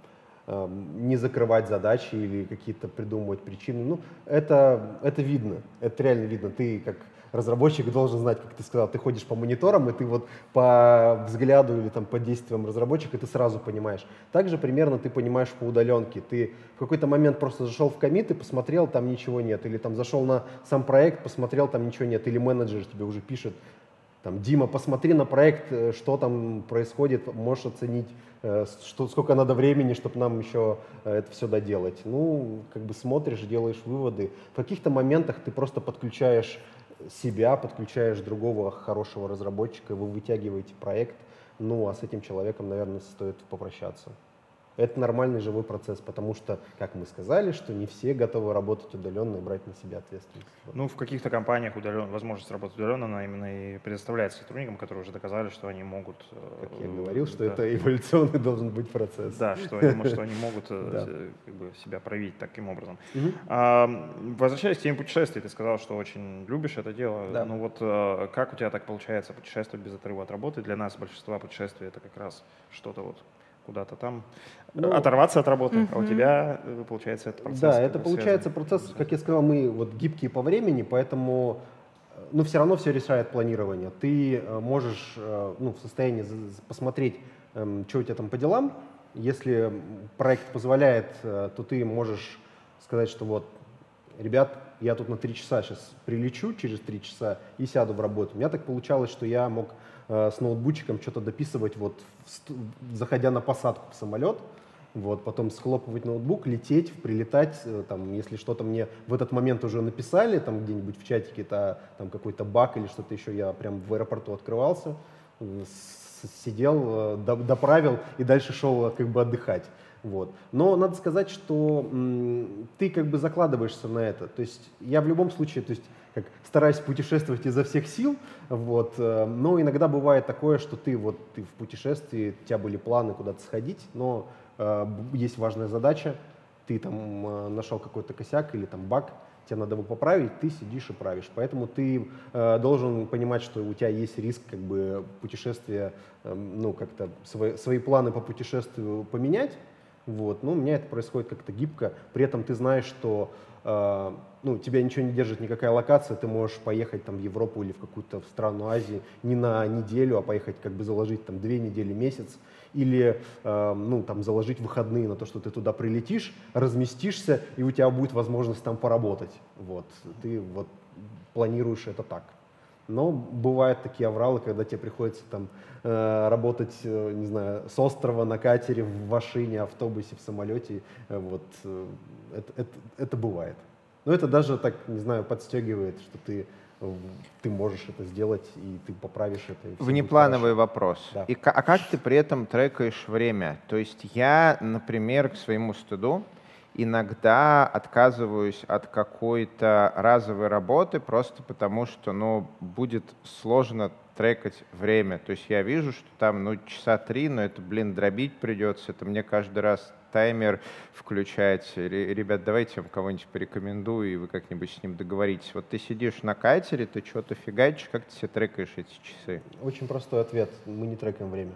S2: э, не закрывать задачи или какие-то придумывать причины. Ну, это, это видно, это реально видно. Ты как разработчик должен знать, как ты сказал, ты ходишь по мониторам, и ты вот по взгляду или там по действиям разработчика ты сразу понимаешь. Также примерно ты понимаешь по удаленке. Ты в какой-то момент просто зашел в коммит и посмотрел, там ничего нет. Или там зашел на сам проект, посмотрел, там ничего нет. Или менеджер тебе уже пишет, там, Дима, посмотри на проект, что там происходит, можешь оценить, что, сколько надо времени, чтобы нам еще это все доделать. Ну, как бы смотришь, делаешь выводы. В каких-то моментах ты просто подключаешь себя, подключаешь другого хорошего разработчика, вы вытягиваете проект, ну, а с этим человеком, наверное, стоит попрощаться. Это нормальный живой процесс, потому что, как мы сказали, что не все готовы работать удаленно и брать на себя ответственность.
S1: Ну, в каких-то компаниях удален, возможность работать удаленно, она именно и предоставляется сотрудникам, которые уже доказали, что они могут...
S2: Как я говорил, что
S1: да,
S2: это эволюционный должен быть процесс.
S1: Да, что они, что они могут
S2: да.
S1: как бы, себя проявить таким образом.
S2: Угу.
S1: А, возвращаясь к теме путешествий, ты сказал, что очень любишь это дело.
S2: Да.
S1: Ну вот как у тебя так получается путешествовать без отрыва от работы? Для нас большинство путешествий это как раз что-то вот куда-то там, ну, оторваться от работы, uh-huh. а у тебя, получается, это процесс.
S2: Да, это получается связан. Процесс, как я сказал, мы вот гибкие по времени, поэтому, ну, все равно все решает планирование. Ты можешь, ну, в состоянии посмотреть, что у тебя там по делам. Если проект позволяет, то ты можешь сказать, что вот, ребят, я тут на три часа сейчас прилечу, через три часа и сяду в работу. У меня так получалось, что я мог с ноутбучиком что-то дописывать, вот, заходя на посадку в самолет, вот, потом схлопывать ноутбук, лететь, прилетать, там, если что-то мне в этот момент уже написали, там где-нибудь в чатике, это, там какой-то баг или что-то еще, я прям в аэропорту открывался, сидел, доправил и дальше шел как бы отдыхать. Вот. Но надо сказать, что м, ты как бы закладываешься на это. То есть я в любом случае, то есть как стараюсь путешествовать изо всех сил, вот, э, но иногда бывает такое, что ты вот ты в путешествии, у тебя были планы куда-то сходить, но э, есть важная задача, ты там э, нашел какой-то косяк или там баг, тебе надо его поправить, ты сидишь и правишь. Поэтому ты э, должен понимать, что у тебя есть риск как бы путешествия, э, ну как-то свои, свои планы по путешествию поменять. Вот. Но у меня это происходит как-то гибко. При этом ты знаешь, что э, ну, тебя ничего не держит, никакая локация. Ты можешь поехать там, в Европу или в какую-то страну Азии не на неделю, а поехать как бы заложить там, две недели, месяц. Или э, ну, там, заложить выходные на то, что ты туда прилетишь, разместишься, и у тебя будет возможность там поработать. Вот. Ты вот, планируешь это так. Но бывают такие авралы, когда тебе приходится там э, работать, э, не знаю, с острова на катере, в машине, автобусе, в самолете. Э, вот, э, это, это, это бывает. Но это даже так, не знаю, подстегивает, что ты, э, ты можешь это сделать, и ты поправишь это.
S4: Внеплановый вопрос.
S2: Да.
S4: И, а как ты при этом трекаешь время? То есть я, например, к своему стыду, иногда отказываюсь от какой-то разовой работы просто потому, что, ну, будет сложно трекать время. То есть я вижу, что там, ну, часа три, но это, блин, дробить придется. Это мне каждый раз таймер включать. Ребят, давайте я вам кого-нибудь порекомендую, и вы как-нибудь с ним договоритесь. Вот ты сидишь на катере, ты что-то фигачишь, как ты себе трекаешь эти часы?
S2: Очень простой ответ. Мы не трекаем время.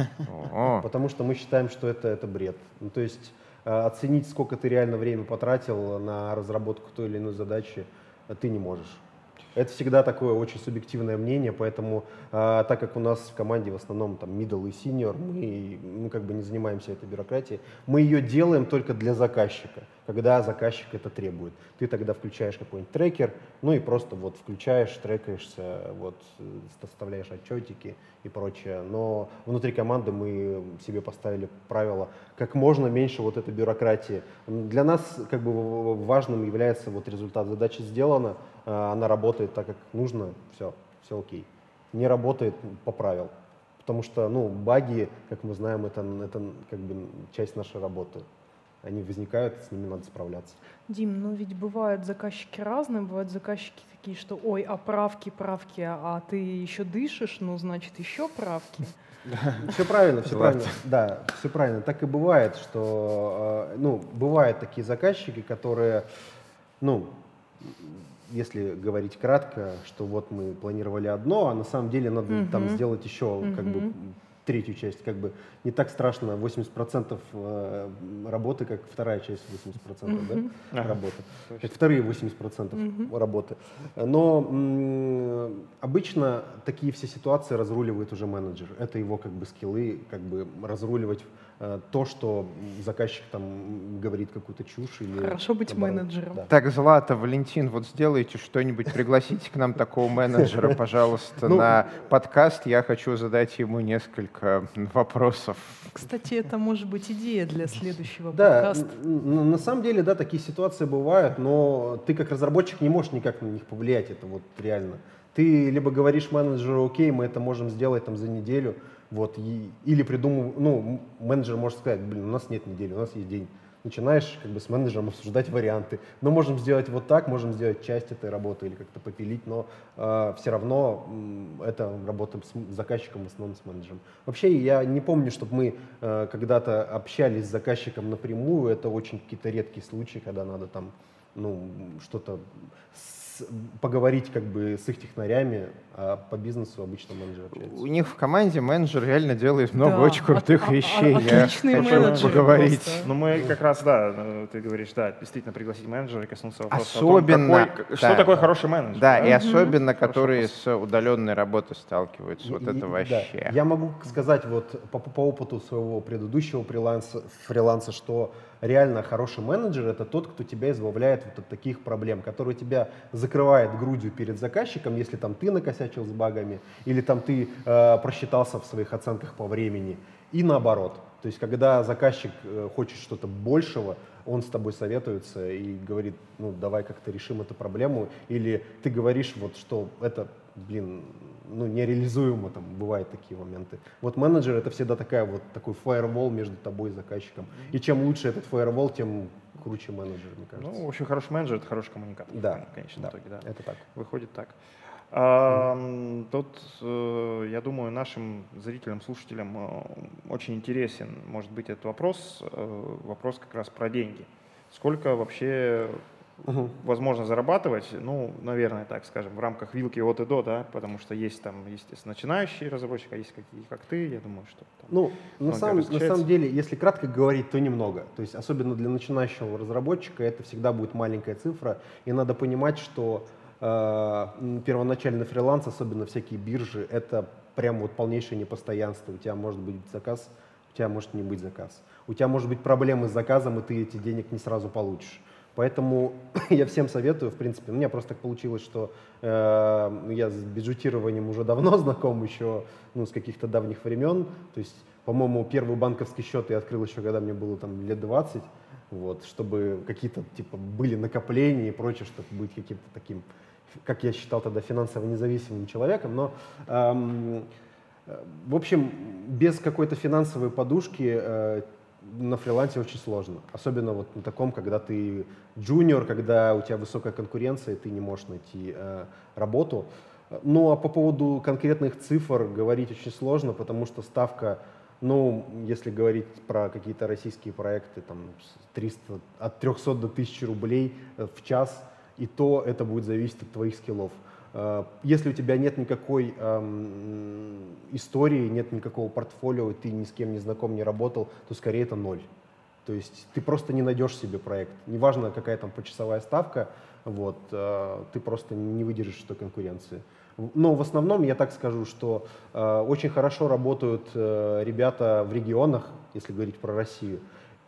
S4: О.
S2: Потому что мы считаем, что это, это бред. Ну, то есть оценить, сколько ты реально время потратил на разработку той или иной задачи, ты не можешь. Это всегда такое очень субъективное мнение, поэтому, а, так как у нас в команде в основном там middle и senior, мы, мы как бы не занимаемся этой бюрократией, мы ее делаем только для заказчика, когда заказчик это требует. Ты тогда включаешь какой-нибудь трекер, ну и просто вот включаешь, трекаешься, вот, составляешь отчетики и прочее. Но внутри команды мы себе поставили правило, как можно меньше вот этой бюрократии. Для нас как бы важным является вот результат. Задача сделана, она работает так, как нужно, все, все окей. Не работает, поправил. Потому что, ну, баги, как мы знаем, это, это как бы часть нашей работы. Они возникают, с ними надо справляться.
S3: Дим, ну ведь бывают заказчики разные, бывают заказчики такие, что ой, а правки, правки, а ты еще дышишь, ну, значит, еще правки.
S2: Все правильно, все правильно. Да, все правильно. Так и бывает, что, ну, бывают такие заказчики, которые, ну, если говорить кратко, что вот мы планировали одно, а на самом деле надо uh-huh. там сделать еще uh-huh. как бы третью часть, как бы не так страшно восемьдесят процентов работы, как вторая часть восемьдесят процентов mm-hmm. да, ага, работы, точно. Как вторые восемьдесят процентов mm-hmm. работы. Но м- обычно такие все ситуации разруливает уже менеджер. Это его как бы скиллы, как бы разруливать э, то, что заказчик там говорит какую-то чушь. Или,
S3: Хорошо быть
S2: наоборот,
S3: менеджером.
S2: Да.
S4: Так, Злата, Валентин, вот сделайте что-нибудь, пригласите к нам такого менеджера, пожалуйста, на подкаст. Я хочу задать ему несколько вопросов.
S3: Кстати, это может быть идея для следующего
S2: да,
S3: подкаста.
S2: Н- на самом деле, да, такие ситуации бывают, но ты как разработчик не можешь никак на них повлиять, это вот реально. Ты либо говоришь менеджеру: окей, мы это можем сделать там за неделю, вот, и, или придумываешь, ну, менеджер может сказать: блин, у нас нет недели, у нас есть день. Начинаешь как бы с менеджером обсуждать варианты. Но можем сделать вот так, можем сделать часть этой работы или как-то попилить, но э, все равно э, это работа с заказчиком, в основном с менеджером. Вообще я не помню, чтобы мы э, когда-то общались с заказчиком напрямую. Это очень какие-то редкие случаи, когда надо там, ну, что-то с, поговорить как бы с их технарями, а по бизнесу обычно менеджер общается.
S4: У них в команде менеджер реально делает много
S3: да,
S4: очень крутых
S3: от,
S4: вещей.
S3: От,
S4: Я
S3: хочу
S4: поговорить.
S3: Просто.
S1: Ну, мы как раз, да, ты говоришь, да, действительно пригласить менеджера и коснуться вопроса
S4: Особенно,
S1: о том, какой,
S4: да,
S1: что такое хороший менеджер.
S4: Да,
S1: да?
S4: и особенно,
S1: Хорошо,
S4: которые
S1: просто.
S4: с удаленной работой сталкиваются. Вот
S2: И-
S4: это
S2: и-
S4: вообще.
S2: Да. Я могу сказать вот по, по опыту своего предыдущего фриланса, фриланса, что реально хороший менеджер — это тот, кто тебя избавляет вот от таких проблем, который тебя закрывает грудью перед заказчиком, если там ты накосячил с багами или там ты э, просчитался в своих оценках по времени, и наоборот. То есть когда заказчик э, хочет что-то большего, он с тобой советуется и говорит: ну давай как-то решим эту проблему, или ты говоришь вот, что это, блин, ну, нереализуемо, там бывают такие моменты. Вот менеджер — это всегда такая вот такой фаервол между тобой и заказчиком. И чем лучше этот фаервол, тем круче менеджер, мне кажется.
S1: Ну, в общем, хороший менеджер — это хороший коммуникатор.
S2: Да,
S1: в конечном
S2: да,
S1: итоге, да.
S2: это так.
S1: Выходит так. А, тут, э, я думаю, нашим зрителям, слушателям э, очень интересен, может быть, этот вопрос, э, вопрос как раз про деньги. Сколько вообще
S2: Угу.
S1: возможно зарабатывать? Ну, наверное, так скажем, в рамках вилки от и до, да, потому что есть там, естественно, начинающий разработчик, а есть какие, как ты, я думаю, что там.
S2: Ну, на самом, на
S1: различается.
S2: самом деле, если кратко говорить, то немного. То есть, особенно для начинающего разработчика, это всегда будет маленькая цифра, и надо понимать, что э, первоначальный фриланс, особенно всякие биржи, это прям вот полнейшее непостоянство. У тебя может быть заказ, у тебя может не быть заказ. У тебя может быть проблемы с заказом, и ты эти денег не сразу получишь. Поэтому я всем советую, в принципе. У меня просто так получилось, что э, я с бюджетированием уже давно знаком, еще ну, с каких-то давних времен. То есть, по-моему, первый банковский счет я открыл еще, когда мне было там лет двадцать, вот, чтобы какие-то типа были накопления и прочее, чтобы быть каким-то таким, как я считал тогда, финансово независимым человеком. Но, эм, в общем, без какой-то финансовой подушки э, на фрилансе очень сложно. Особенно вот на таком, когда ты джуниор, когда у тебя высокая конкуренция, и ты не можешь найти э, работу. Ну, а по поводу конкретных цифр говорить очень сложно, потому что ставка, ну, если говорить про какие-то российские проекты, там, триста, от трёхсот до тысячи рублей в час, и то это будет зависеть от твоих скиллов. Если у тебя нет никакой эм, истории, нет никакого портфолио, ты ни с кем не знаком, не работал, то скорее это ноль. То есть ты просто не найдешь себе проект. Неважно, какая там почасовая ставка, вот, э, ты просто не выдержишь той конкуренции. Но в основном я так скажу, что э, очень хорошо работают э, ребята в регионах, если говорить про Россию.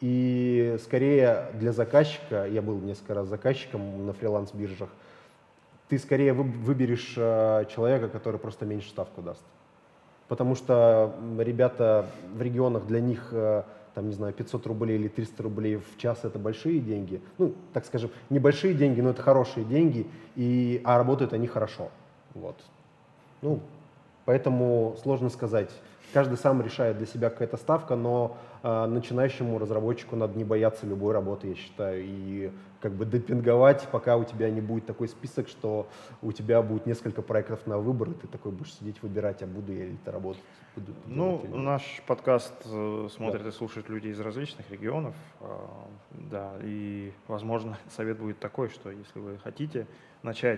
S2: И скорее для заказчика, я был несколько раз заказчиком на фриланс-биржах, ты скорее выберешь э, человека, который просто меньше ставку даст. Потому что ребята в регионах, для них, э, там, не знаю, пятьсот рублей или триста рублей в час — это большие деньги. Ну, так скажем, небольшие деньги, но это хорошие деньги, и, а работают они хорошо. Вот. Ну, поэтому сложно сказать. Каждый сам решает для себя какая-то ставка, но э, начинающему разработчику надо не бояться любой работы, я считаю, и как бы демпинговать, пока у тебя не будет такой список, что у тебя будет несколько проектов на выбор, и ты такой будешь сидеть выбирать, а буду я ли это работать. Буду
S1: Ну,
S2: или...
S1: наш подкаст э, смотрят
S2: Да.
S1: и слушают люди из различных регионов, э, да, и, возможно, совет будет такой, что если вы хотите начать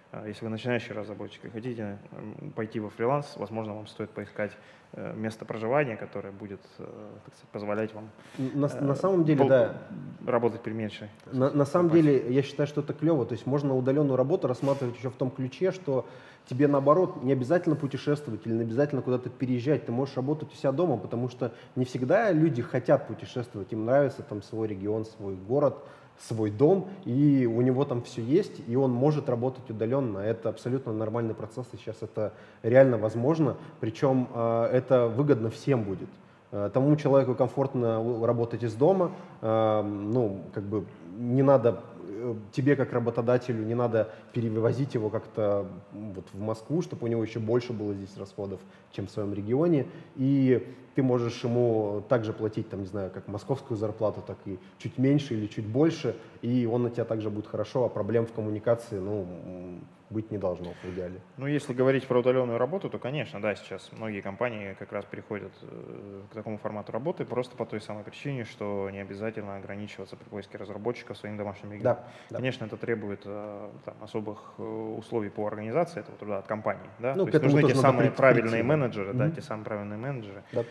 S1: Если вы начинающий разработчик и хотите пойти во фриланс, возможно, вам стоит поискать место проживания, которое будет, так сказать, позволять вам
S2: на, на самом деле, да,
S1: работать при меньшей.
S2: На, на самом деле, я считаю, что это клево. То есть можно удаленную работу рассматривать еще в том ключе, что тебе, наоборот, не обязательно путешествовать или не обязательно куда-то переезжать. Ты можешь работать у себя дома, потому что не всегда люди хотят путешествовать. Им нравится там свой регион, свой город, свой дом, и у него там все есть, и он может работать удаленно. Это абсолютно нормальный процесс, и сейчас это реально возможно. Причем э, это выгодно всем будет. Э, тому человеку комфортно работать из дома, э, ну, как бы не надо, тебе как работодателю не надо перевозить его как-то вот в Москву, чтобы у него еще больше было здесь расходов, чем в своем регионе. И ты можешь ему также платить, там, не знаю, как московскую зарплату, так и чуть меньше или чуть больше, и он на тебя также будет хорошо, а проблем в коммуникации, ну, быть не должно в идеале.
S1: Ну, если говорить про удаленную работу, то, конечно, да, сейчас многие компании как раз переходят к такому формату работы просто по той самой причине, что не обязательно ограничиваться при поиске разработчиков своим домашним регионом.
S2: Да, да.
S1: Конечно, это требует там особых условий по организации этого труда от компании. Да?
S2: Ну,
S1: то есть нужны те самые правильные менеджеры,
S2: mm-hmm.
S1: да, те самые правильные менеджеры,
S2: да.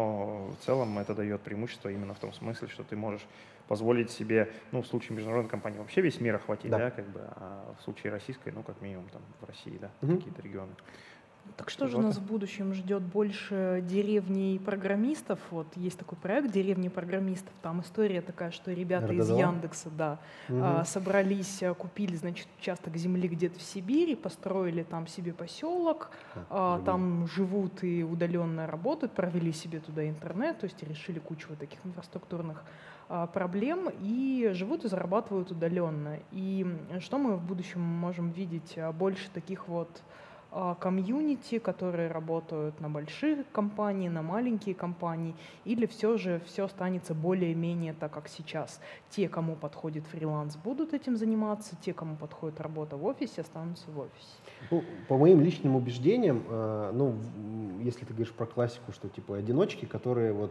S1: Но в целом это дает преимущество именно в том смысле, что ты можешь позволить себе, ну, в случае международной компании вообще весь мир охватить, да, да как бы, а в случае российской, ну, как минимум, там, в России, да, mm-hmm. какие-то регионы.
S3: Так что же нас в будущем ждет? Больше деревней программистов? Вот есть такой проект «Деревни программистов». Там история такая, что ребята из Яндекса, да, угу. собрались, купили, значит, участок земли где-то в Сибири, построили там себе поселок, а, там живут и удаленно работают, провели себе туда интернет, то есть решили кучу вот таких инфраструктурных а, проблем и живут и зарабатывают удаленно. И что мы в будущем можем видеть? Больше таких вот комьюнити, которые работают на большие компании, на маленькие компании, или все же все останется более-менее так, как сейчас. Те, кому подходит фриланс, будут этим заниматься, те, кому подходит работа в офисе, останутся в офисе.
S2: Ну, по моим личным убеждениям, э, ну, если ты говоришь про классику, что типа одиночки, которые вот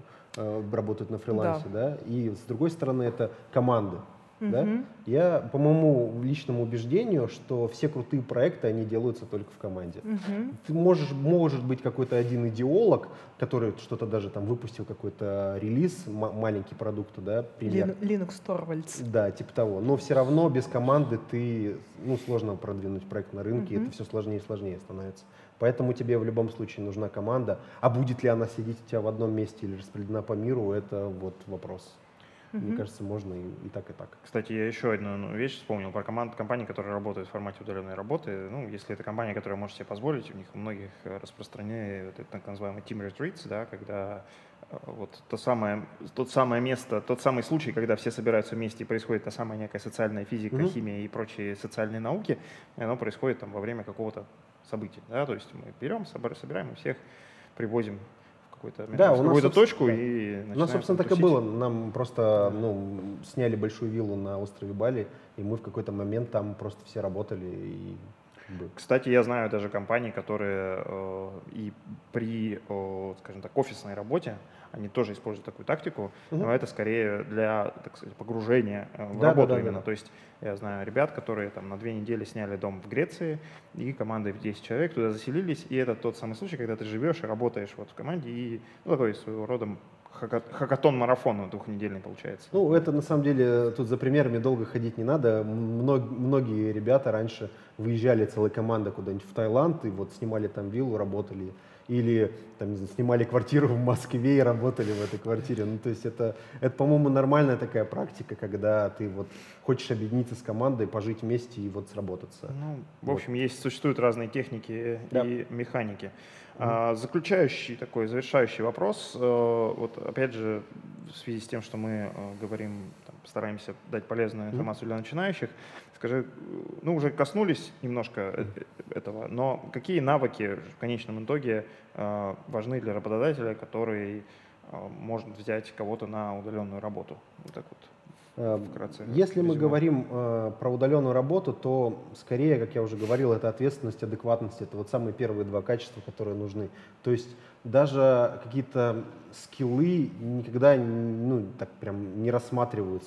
S2: э, работают на фрилансе, да. да, и с другой стороны это команды. Uh-huh. Да? Я, по моему личному убеждению, что все крутые проекты, они делаются только в команде. Uh-huh. Ты можешь, может быть какой-то один идеолог, который что-то даже там выпустил, какой-то релиз, м- маленький продукт, да, пример.
S3: Linux Torvalds.
S2: Да, типа того. Но все равно без команды ты, ну, сложно продвинуть проект на рынке, uh-huh. это все сложнее и сложнее становится. Поэтому тебе в любом случае нужна команда. А будет ли она сидеть у тебя в одном месте или распределена по миру, это вот вопрос. Мне mm-hmm. кажется, можно и, и так, и так.
S1: Кстати, я еще одну вещь вспомнил про команд, компании, которые работают в формате удаленной работы. Ну, если это компания, которая может себе позволить, у них у многих распространены вот, так называемые team retreats, да, когда вот то самое, тот самое место, тот самый случай, когда все собираются вместе и происходит та самая некая социальная физика, mm-hmm. химия и прочие социальные науки, и оно происходит там во время какого-то события. Да? То есть мы берем, собираем и всех привозим какую-то,
S2: да,
S1: в какую-то точку и
S2: начинаем. У нас, собственно, так и было. Нам просто ну, сняли большую виллу на острове Бали, и мы в какой-то момент там просто все работали. И...
S1: Кстати, я знаю даже компании, которые э, и при, э, скажем так, офисной работе, они тоже используют такую тактику, угу. но это скорее для, так сказать, погружения в да, работу да, да, именно. Да. То есть я знаю ребят, которые там на две недели сняли дом в Греции, и командой в десять человек туда заселились, и это тот самый случай, когда ты живешь и работаешь вот в команде, и ну, такой своего рода хакатон-марафон двухнедельный получается.
S2: Ну, это на самом деле, тут за примерами долго ходить не надо. Мног, многие ребята раньше выезжали, целая команда куда-нибудь в Таиланд, и вот снимали там виллу, работали. Или там, не знаю, снимали квартиру в Москве и работали в этой квартире. Ну, то есть это, это, по-моему, нормальная такая практика, когда ты вот хочешь объединиться с командой, пожить вместе и вот сработаться.
S1: Ну, в
S2: вот.
S1: общем, есть, существуют разные техники да. и механики. Mm-hmm. А, заключающий такой, завершающий вопрос. Вот опять же, в связи с тем, что мы говорим, там, стараемся дать полезную информацию mm-hmm. для начинающих, скажи, ну, уже коснулись немножко этого, но какие навыки в конечном итоге э, важны для работодателя, который э, может взять кого-то на удаленную работу? Вот так вот. Вкратце,
S2: Если мы говорим э, про удаленную работу, то скорее, как я уже говорил, это ответственность, адекватность. Это вот самые первые два качества, которые нужны. То есть даже какие-то скиллы никогда ну, так прям не рассматриваются.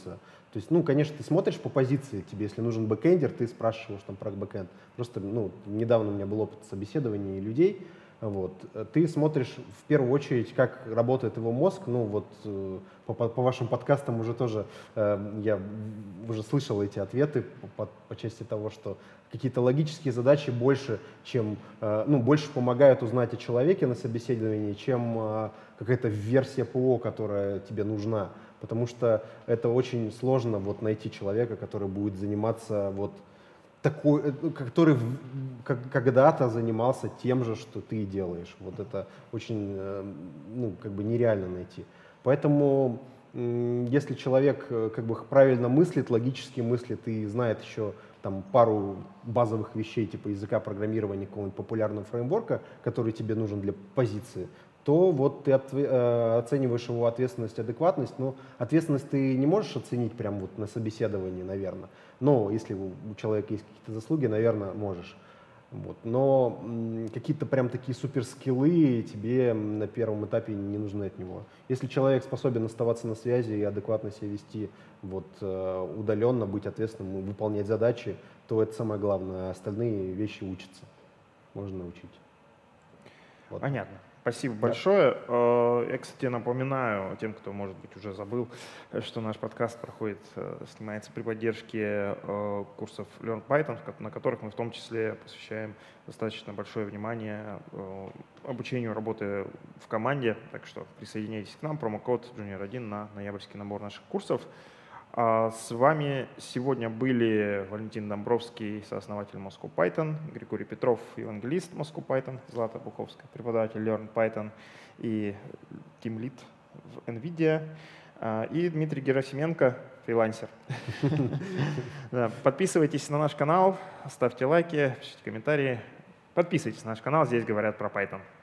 S2: То есть, ну, конечно, ты смотришь по позиции, тебе, если нужен бэкэндер, ты спрашиваешь там про бэкэнд. Просто, ну, недавно у меня был опыт собеседования людей, вот. Ты смотришь в первую очередь, как работает его мозг. Ну вот по, по вашим подкастам уже тоже э, я уже слышал эти ответы по, по, по части того, что какие-то логические задачи больше, чем, э, ну, больше помогают узнать о человеке на собеседовании, чем э, какая-то версия ПО, которая тебе нужна. Потому что это очень сложно вот, найти человека, который будет заниматься вот, такой, который когда-то занимался тем же, что ты делаешь. Вот это очень, ну, как бы нереально найти. Поэтому, если человек как бы правильно мыслит, логически мыслит и знает еще там пару базовых вещей, типа языка программирования, какого-нибудь популярного фреймворка, который тебе нужен для позиции, то вот ты оцениваешь его ответственность, адекватность. Но ответственность ты не можешь оценить прямо вот на собеседовании, наверное. Но если у человека есть какие-то заслуги, наверное, можешь. Вот. Но какие-то прям такие суперскиллы тебе на первом этапе не нужны от него. Если человек способен оставаться на связи и адекватно себя вести вот, удаленно, быть ответственным, выполнять задачи, то это самое главное. Остальные вещи учатся. Можно научить.
S1: Вот. Понятно. Спасибо большое. Я, кстати, напоминаю тем, кто, может быть, уже забыл, что наш подкаст проходит, снимается при поддержке курсов Learn Python, на которых мы в том числе посвящаем достаточно большое внимание обучению работы в команде. Так что присоединяйтесь к нам. Промокод джуниор один на ноябрьский набор наших курсов. С вами сегодня были Валентин Домбровский, сооснователь Moscow Python, Григорий Петров, евангелист Moscow Python, Злата Буховская, преподаватель Learn Python и Team Lead в NVIDIA, и Дмитрий Герасименко, фрилансер. Подписывайтесь на наш канал, ставьте лайки, пишите комментарии. Подписывайтесь на наш канал, здесь говорят про Python.